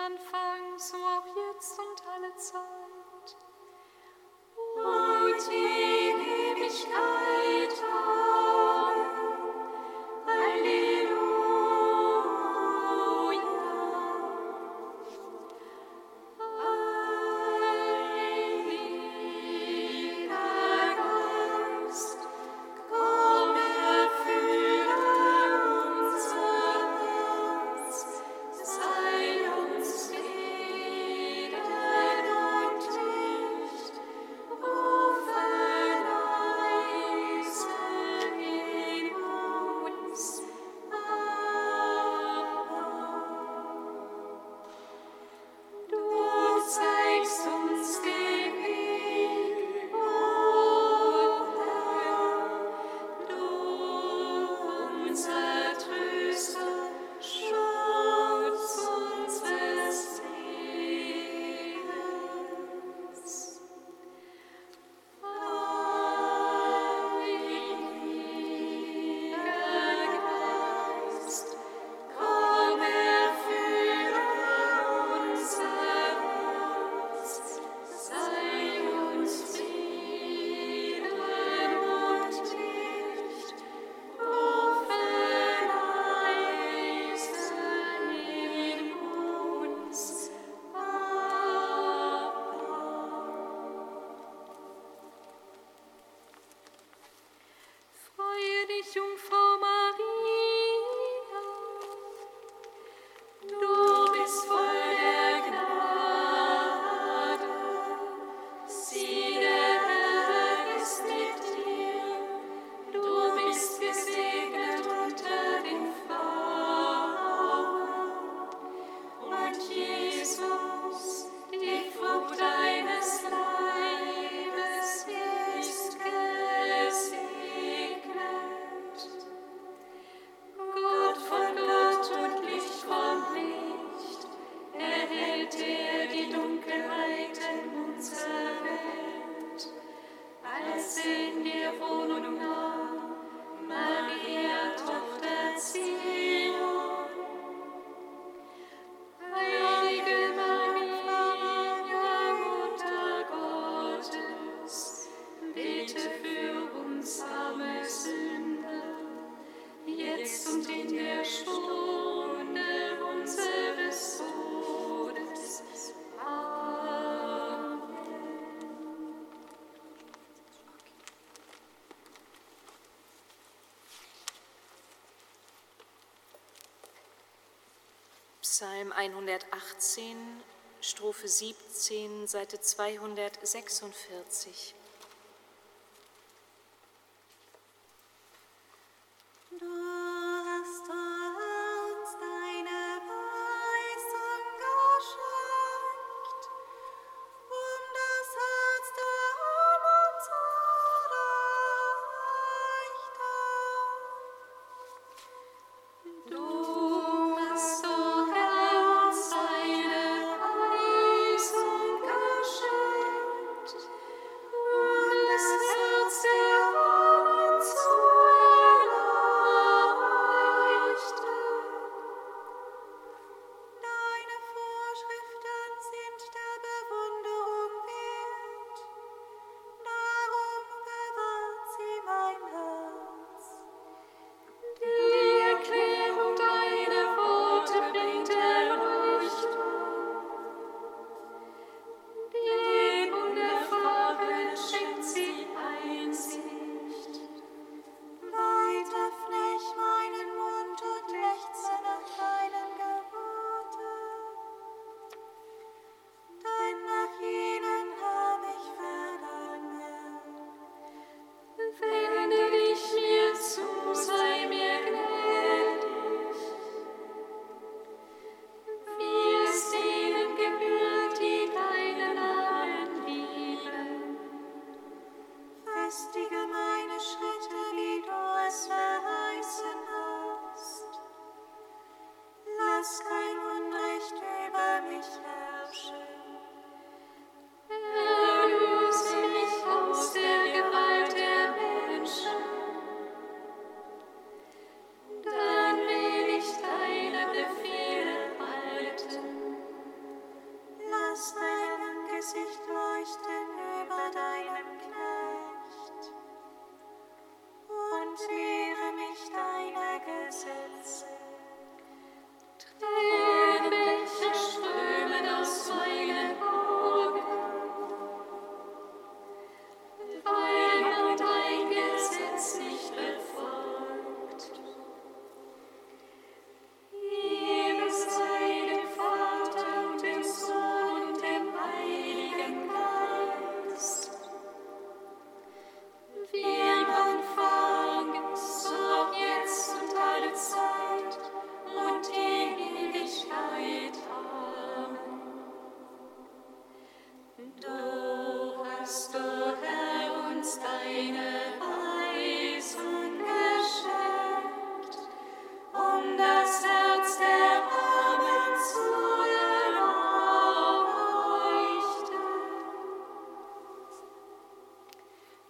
Anfang, so auch jetzt und alle Zeit. Und in Ewigkeit. Amen. Halleluja. Jungfrau Maria, du bist voll der Gnade, sieh, der Herr ist mit dir, du bist gesegnet unter den Frauen, und Jesus, die Frucht deines Leibes, ist gesegnet. Gott von Gott und Licht von Licht, erhellt er die Dunkelheiten unserer Welt. Als in dir Wohnung nahm, Maria, Tochter Zion. Heilige Maria, Mutter Gottes, bete für uns arme Sünder, jetzt und in der Stunde unseres Todes. Amen. Psalm 118, Strophe 17, Seite 246.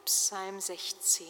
Psalm 16.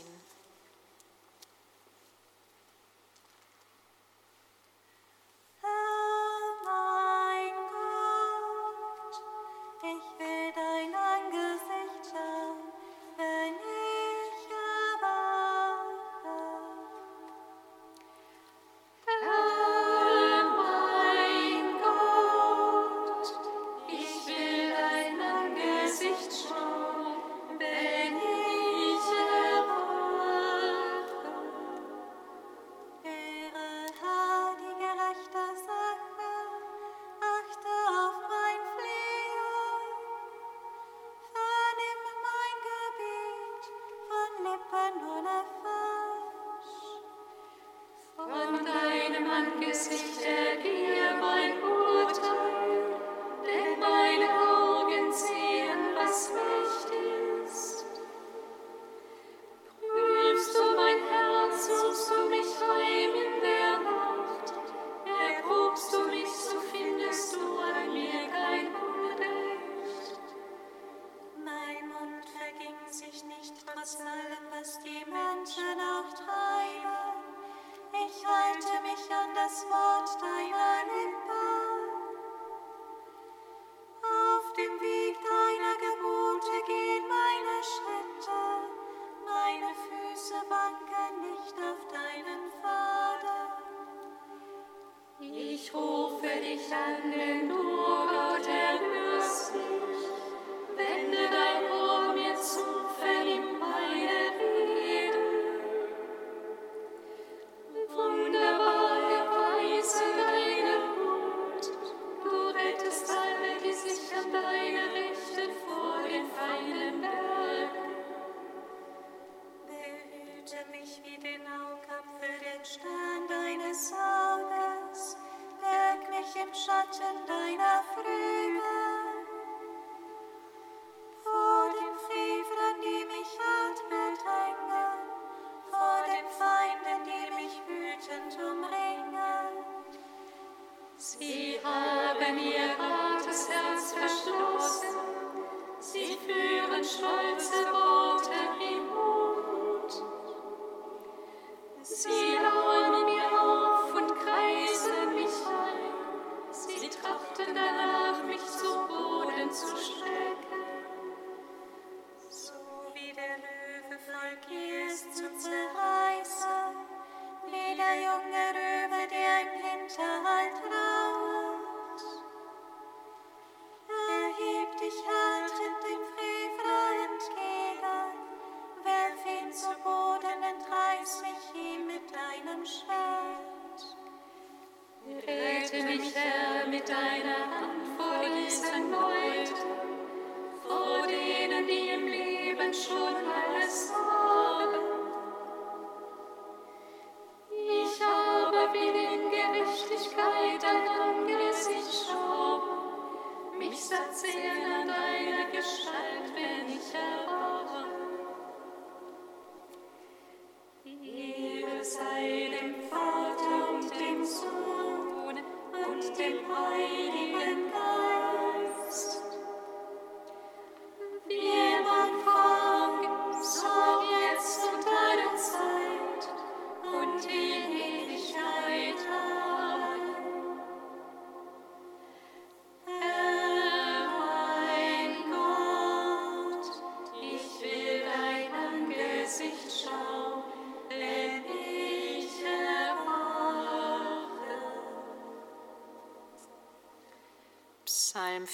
Psalm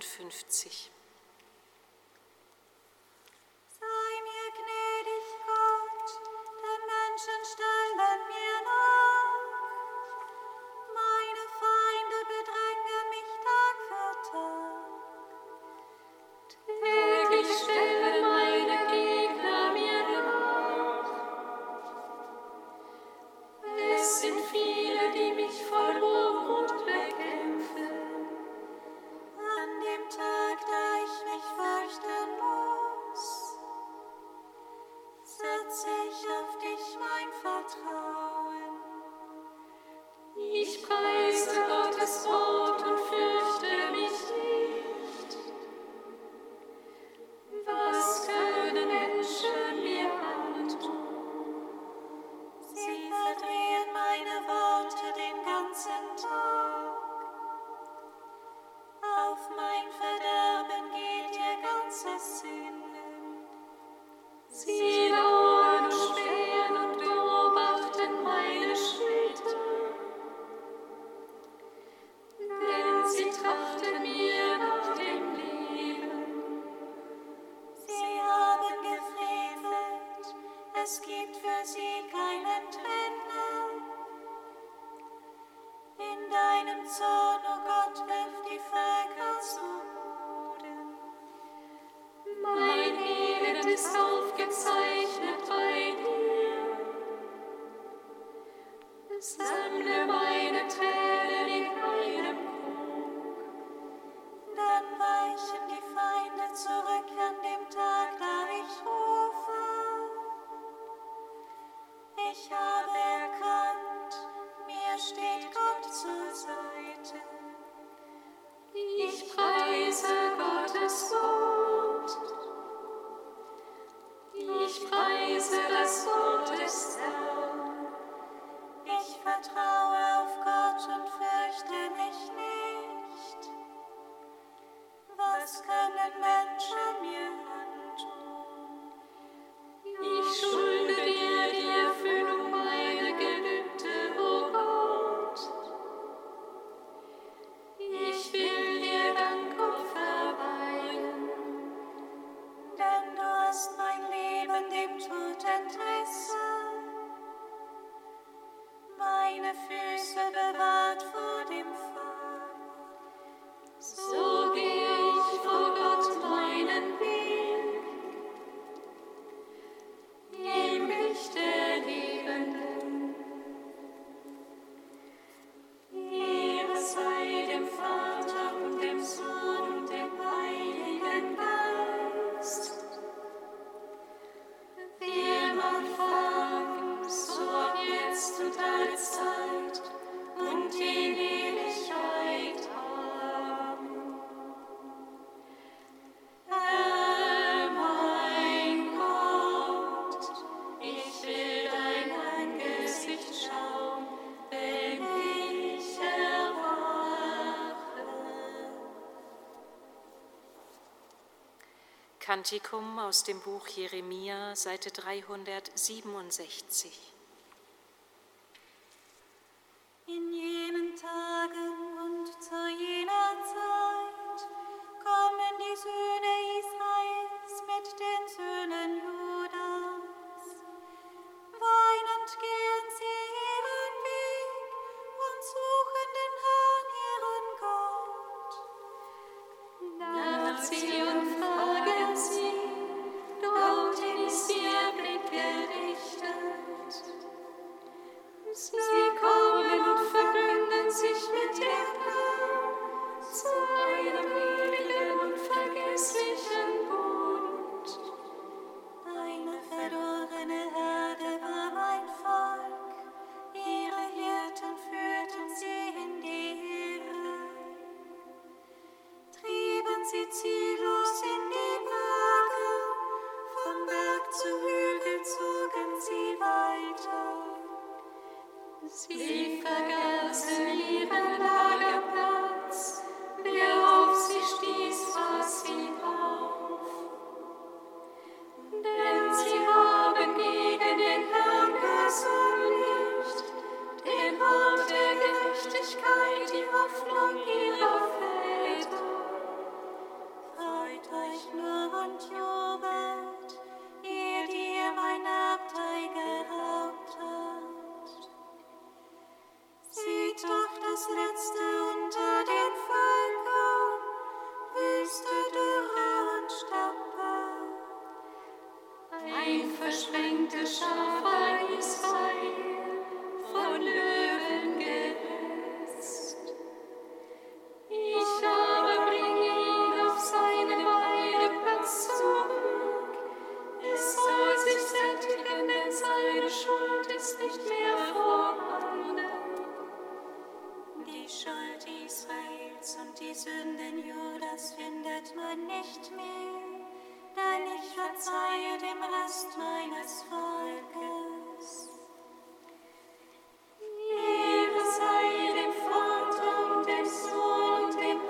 55. Tag Sie lauern und spähen und beobachten meine Schritte, denn sie trachten mir nach dem Leben. Sie haben gefrevelt, es gibt für sie keinen Trenner. In deinem Zorn, o Gott, wirf die Völker zu Boden. Mein Elend ist aufgezeichnet bei dir. Sammle meine Tränen in einem Krug. Dann weichen die Feinde zurück an dem Tag, da ich rufe. Ich habe erkannt, mir steht Gott zur Seite. Ich preise Gottes Wort. Ich preise das Wort des Herrn. Ich vertraue auf Gott und fürchte mich nicht. Was können Menschen mir antun? Ich schulde dir die Erfüllung meiner Gelübde, o Gott. Ich will dir Dankopfer weihen. Denn du hast mein Leben dem Tod entrissen, meine Füße bewahrt vor dem Fall. So gehe ich vor Gott meinen Weg, im Licht der Lebenden. Ehre sei dem Vater und dem Sohn und dem Heiligen Geist, wie am Anfang, so auch jetzt und alle Zeit und in Ewigkeit. Amen. Herr, mein Gott, ich will dein Angesicht schauen, wenn ich erwache. Kantikum aus dem Buch Jeremia, Seite 367. In jenen Tagen und zu jener Zeit kommen die Söhne Israels mit den Söhnen Judas. Weinend gehen sie ihren Weg und suchen den Herrn, ihren Gott. Nach Zion fragen sie, dorthin ist ihr Blick gerichtet. Sie kommen und verbünden sich mit dem Herrn zu einem ewigen und vergesslichen Bund. Eine verlorene Herde war mein Volk, ihre Hirten führten sie in die Irre. Trieben sie ziellos in die Berge, von Berg zu Hügel zogen sie weiter. Sie vergaßen ihren Lagerplatz, wer auf sie stieß, warf sie auf. Denn sie haben gegen den Herrn gesündigt, den Ort der Gerechtigkeit, die Hoffnung ihrer Väter. Freut euch nur und jubelt, ihr, die ihr mein Erbteil geraubt habt. Seht doch das Letzte unter den Völkern, Wüste, Dürre und Steppe. Ein versprengtes Schaf an Israel, von Löwen gehetzt. Ich aber bringe ihn auf seinen Weideplatz zurück. Es soll sich sättigen, denn seine Schuld ist nicht mehr vorhanden. Die Schuld Israels und die Sünden Judas findet man nicht mehr, denn ich verzeihe dem Rest meines Volkes. Ehre sei dem Vater und dem Sohn und dem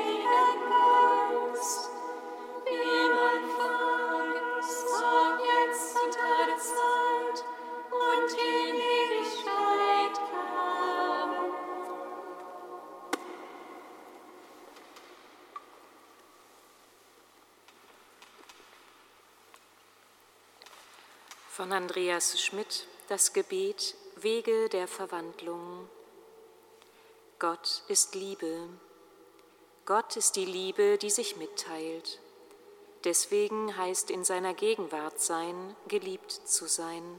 Heiligen Geist, wie am Anfang, so jetzt Von Andreas Schmidt, das Gebet Wege der Verwandlung. Gott ist Liebe. Gott ist die Liebe, die sich mitteilt. Deswegen heißt in seiner Gegenwart sein, geliebt zu sein.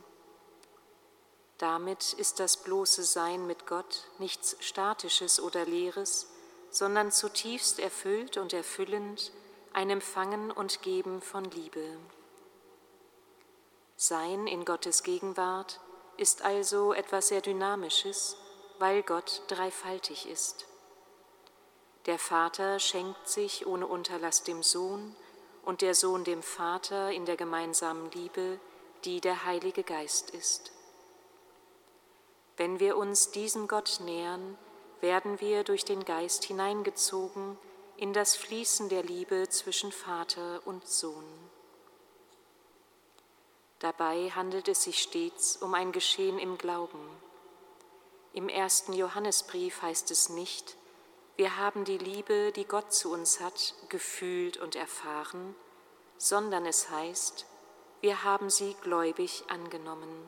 Damit ist das bloße Sein mit Gott nichts Statisches oder Leeres, sondern zutiefst erfüllt und erfüllend, ein Empfangen und Geben von Liebe. Sein in Gottes Gegenwart ist also etwas sehr Dynamisches, weil Gott dreifaltig ist. Der Vater schenkt sich ohne Unterlass dem Sohn und der Sohn dem Vater in der gemeinsamen Liebe, die der Heilige Geist ist. Wenn wir uns diesem Gott nähern, werden wir durch den Geist hineingezogen in das Fließen der Liebe zwischen Vater und Sohn. Dabei handelt es sich stets um ein Geschehen im Glauben. Im 1. Johannesbrief heißt es nicht: Wir haben die Liebe, die Gott zu uns hat, gefühlt und erfahren, sondern es heißt, wir haben sie gläubig angenommen.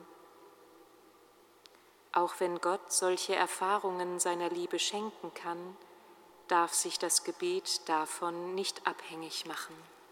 Auch wenn Gott solche Erfahrungen seiner Liebe schenken kann, darf sich das Gebet davon nicht abhängig machen.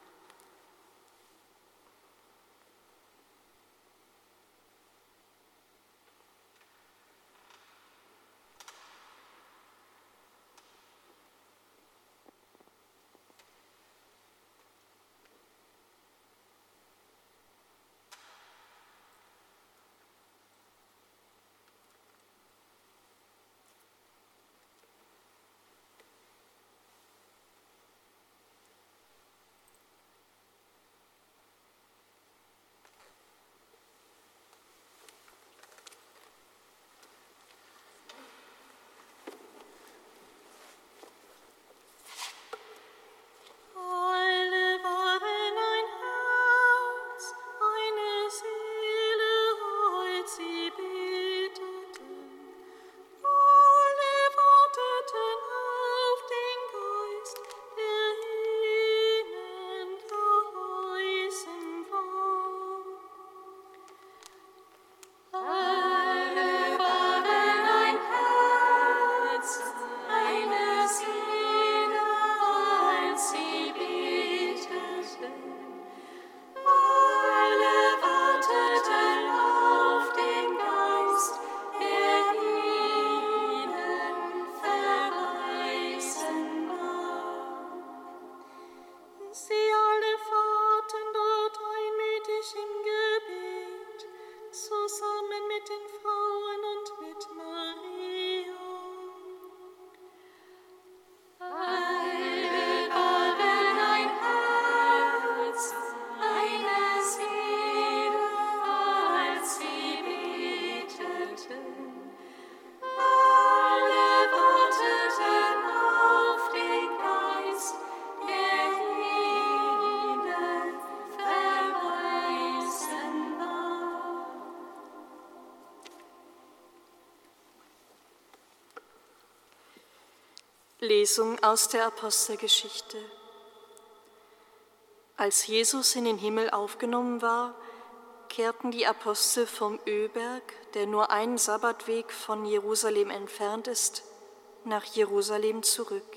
Lesung aus der Apostelgeschichte. Als Jesus in den Himmel aufgenommen war, kehrten die Apostel vom Ölberg, der nur einen Sabbatweg von Jerusalem entfernt ist, nach Jerusalem zurück.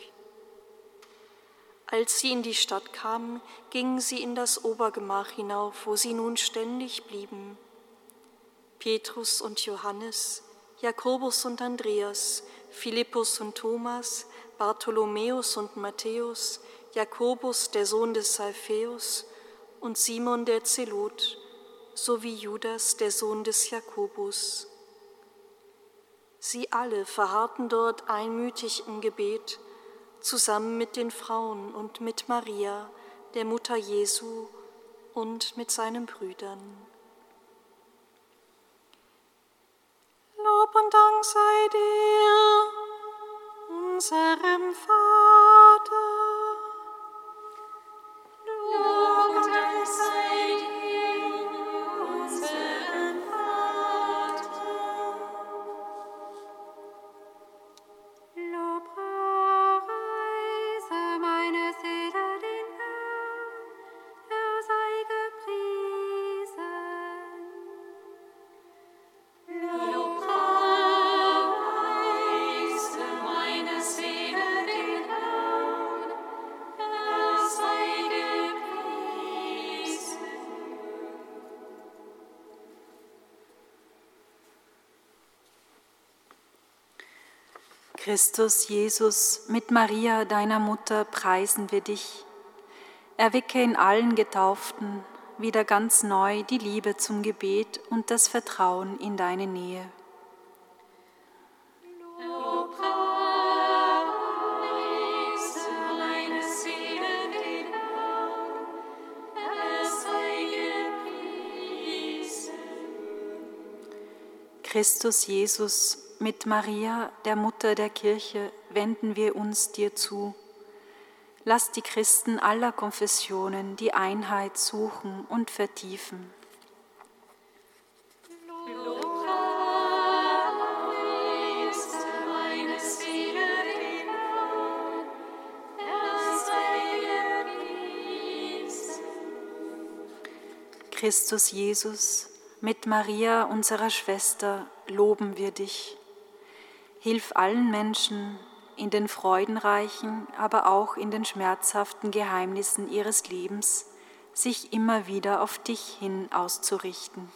Als sie in die Stadt kamen, gingen sie in das Obergemach hinauf, wo sie nun ständig blieben. Petrus und Johannes, Jakobus und Andreas, Philippus und Thomas, Bartholomäus und Matthäus, Jakobus, der Sohn des Alpheus, und Simon der Zelot, sowie Judas, der Sohn des Jakobus. Sie alle verharrten dort einmütig im Gebet, zusammen mit den Frauen und mit Maria, der Mutter Jesu, und mit seinen Brüdern. Lob und Dank sei dir, unserem Vater. Lob und Dank sei dir, unserem Vater. Lobpreise meine Seele den Herrn, er sei gepriesen. Christus Jesus, mit Maria, deiner Mutter, preisen wir dich. Erwecke in allen Getauften wieder ganz neu die Liebe zum Gebet und das Vertrauen in deine Nähe. Christus Jesus, mit Maria, der Mutter der Kirche, wenden wir uns dir zu. Lass die Christen aller Konfessionen die Einheit suchen und vertiefen. Christus Jesus, mit Maria, unserer Schwester, loben wir dich. Hilf allen Menschen in den freudenreichen, aber auch in den schmerzhaften Geheimnissen ihres Lebens, sich immer wieder auf dich hin auszurichten.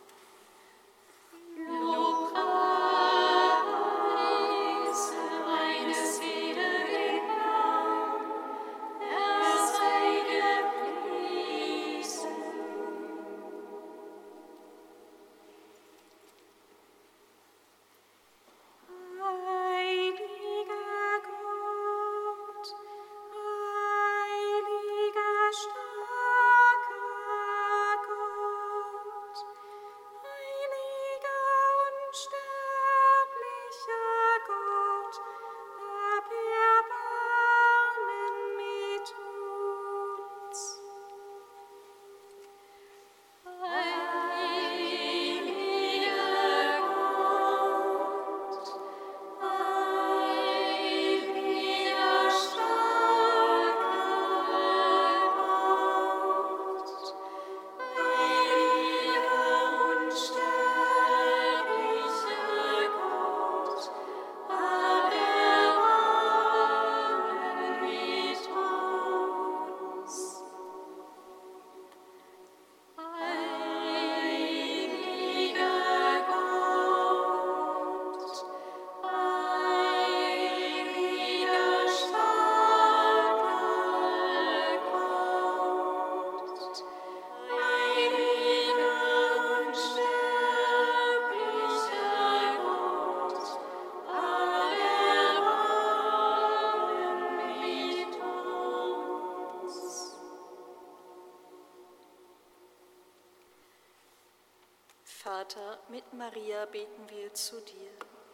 Vater, mit Maria beten wir zu dir.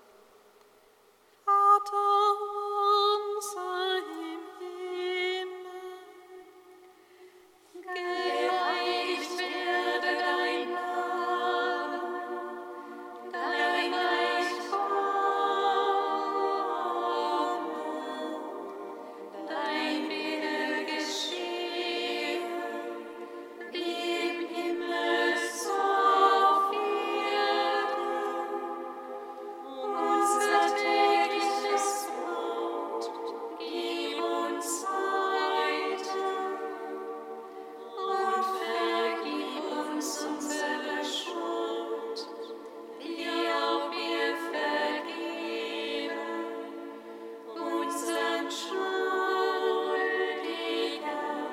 Vater unser im Himmel, geheiligt werde dein Name, dein Reich komme, dein Wille geschehe, wie im Himmel so auf Erden. Unser tägliches Brot gib uns heute und vergib uns unsere Schuld, wie auch wir vergeben unseren Schuldigern,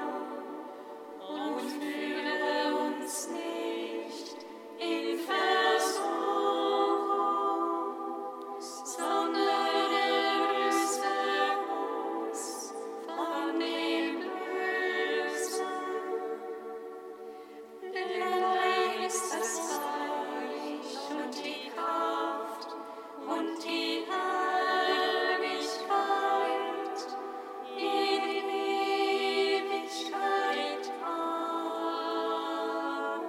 und führe uns nicht in Versuchung, sondern erlöse uns von dem Bösen. Denn dein ist das Reich und die Kraft und die Herrlichkeit in Ewigkeit. Amen.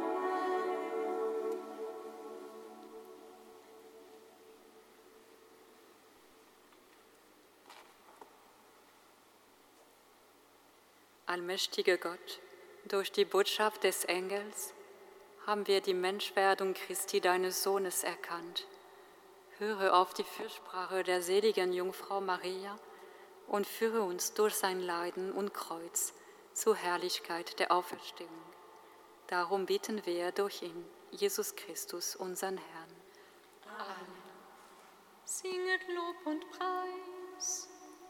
Allmächtiger Gott, durch die Botschaft des Engels haben wir die Menschwerdung Christi, deines Sohnes, erkannt. Höre auf die Fürsprache der seligen Jungfrau Maria und führe uns durch sein Leiden und Kreuz zur Herrlichkeit der Auferstehung. Darum bitten wir durch ihn, Jesus Christus, unseren Herrn. Amen. Singet Lob und Preis.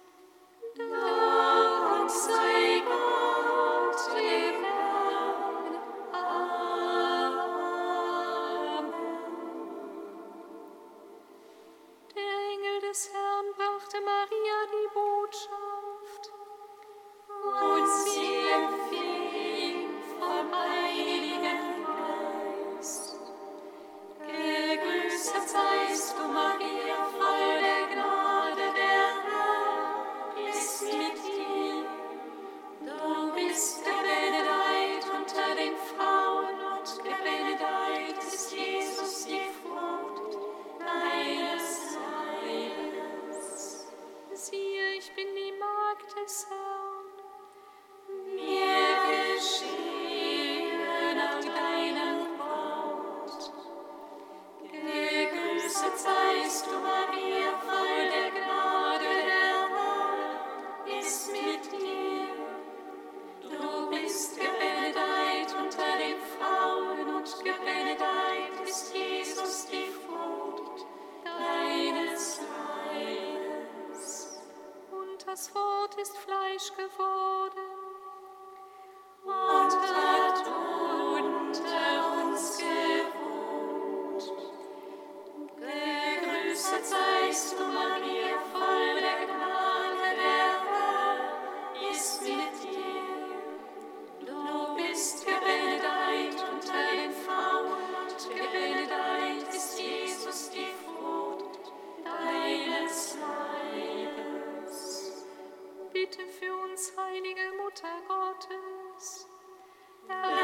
Dank sei Gott, dem Herrn. Amen. Der Engel des Herrn brachte Maria die Botschaft. Und sie empfing vom Heiligen Geist. Gegrüßet seist du, Maria, voll der Gnade, der Herr ist mit dir. Du bist gebenedeit unter den Frauen und gebenedeit ist Jesus, die Frucht deines Leibes. Siehe, ich bin die Magd des Herrn. Mir geschehe nach deinem Wort. Gegrüßet seist du, Maria, voll der Gnade, der Herr ist mit dir. Du bist gebenedeit unter den Frauen und gebenedeit ist Jesus, die Frucht deines Leibes. Und das Wort ist Fleisch geworden. Und hat unter uns gewohnt. Gegrüßet seist du, Maria, voll der Gnade, der Herr ist mit dir. Du bist gebenedeit unter den Frauen und gebenedeit ist Jesus, die Frucht deines Leibes. Bitte für uns, heilige Mutter Gottes, Da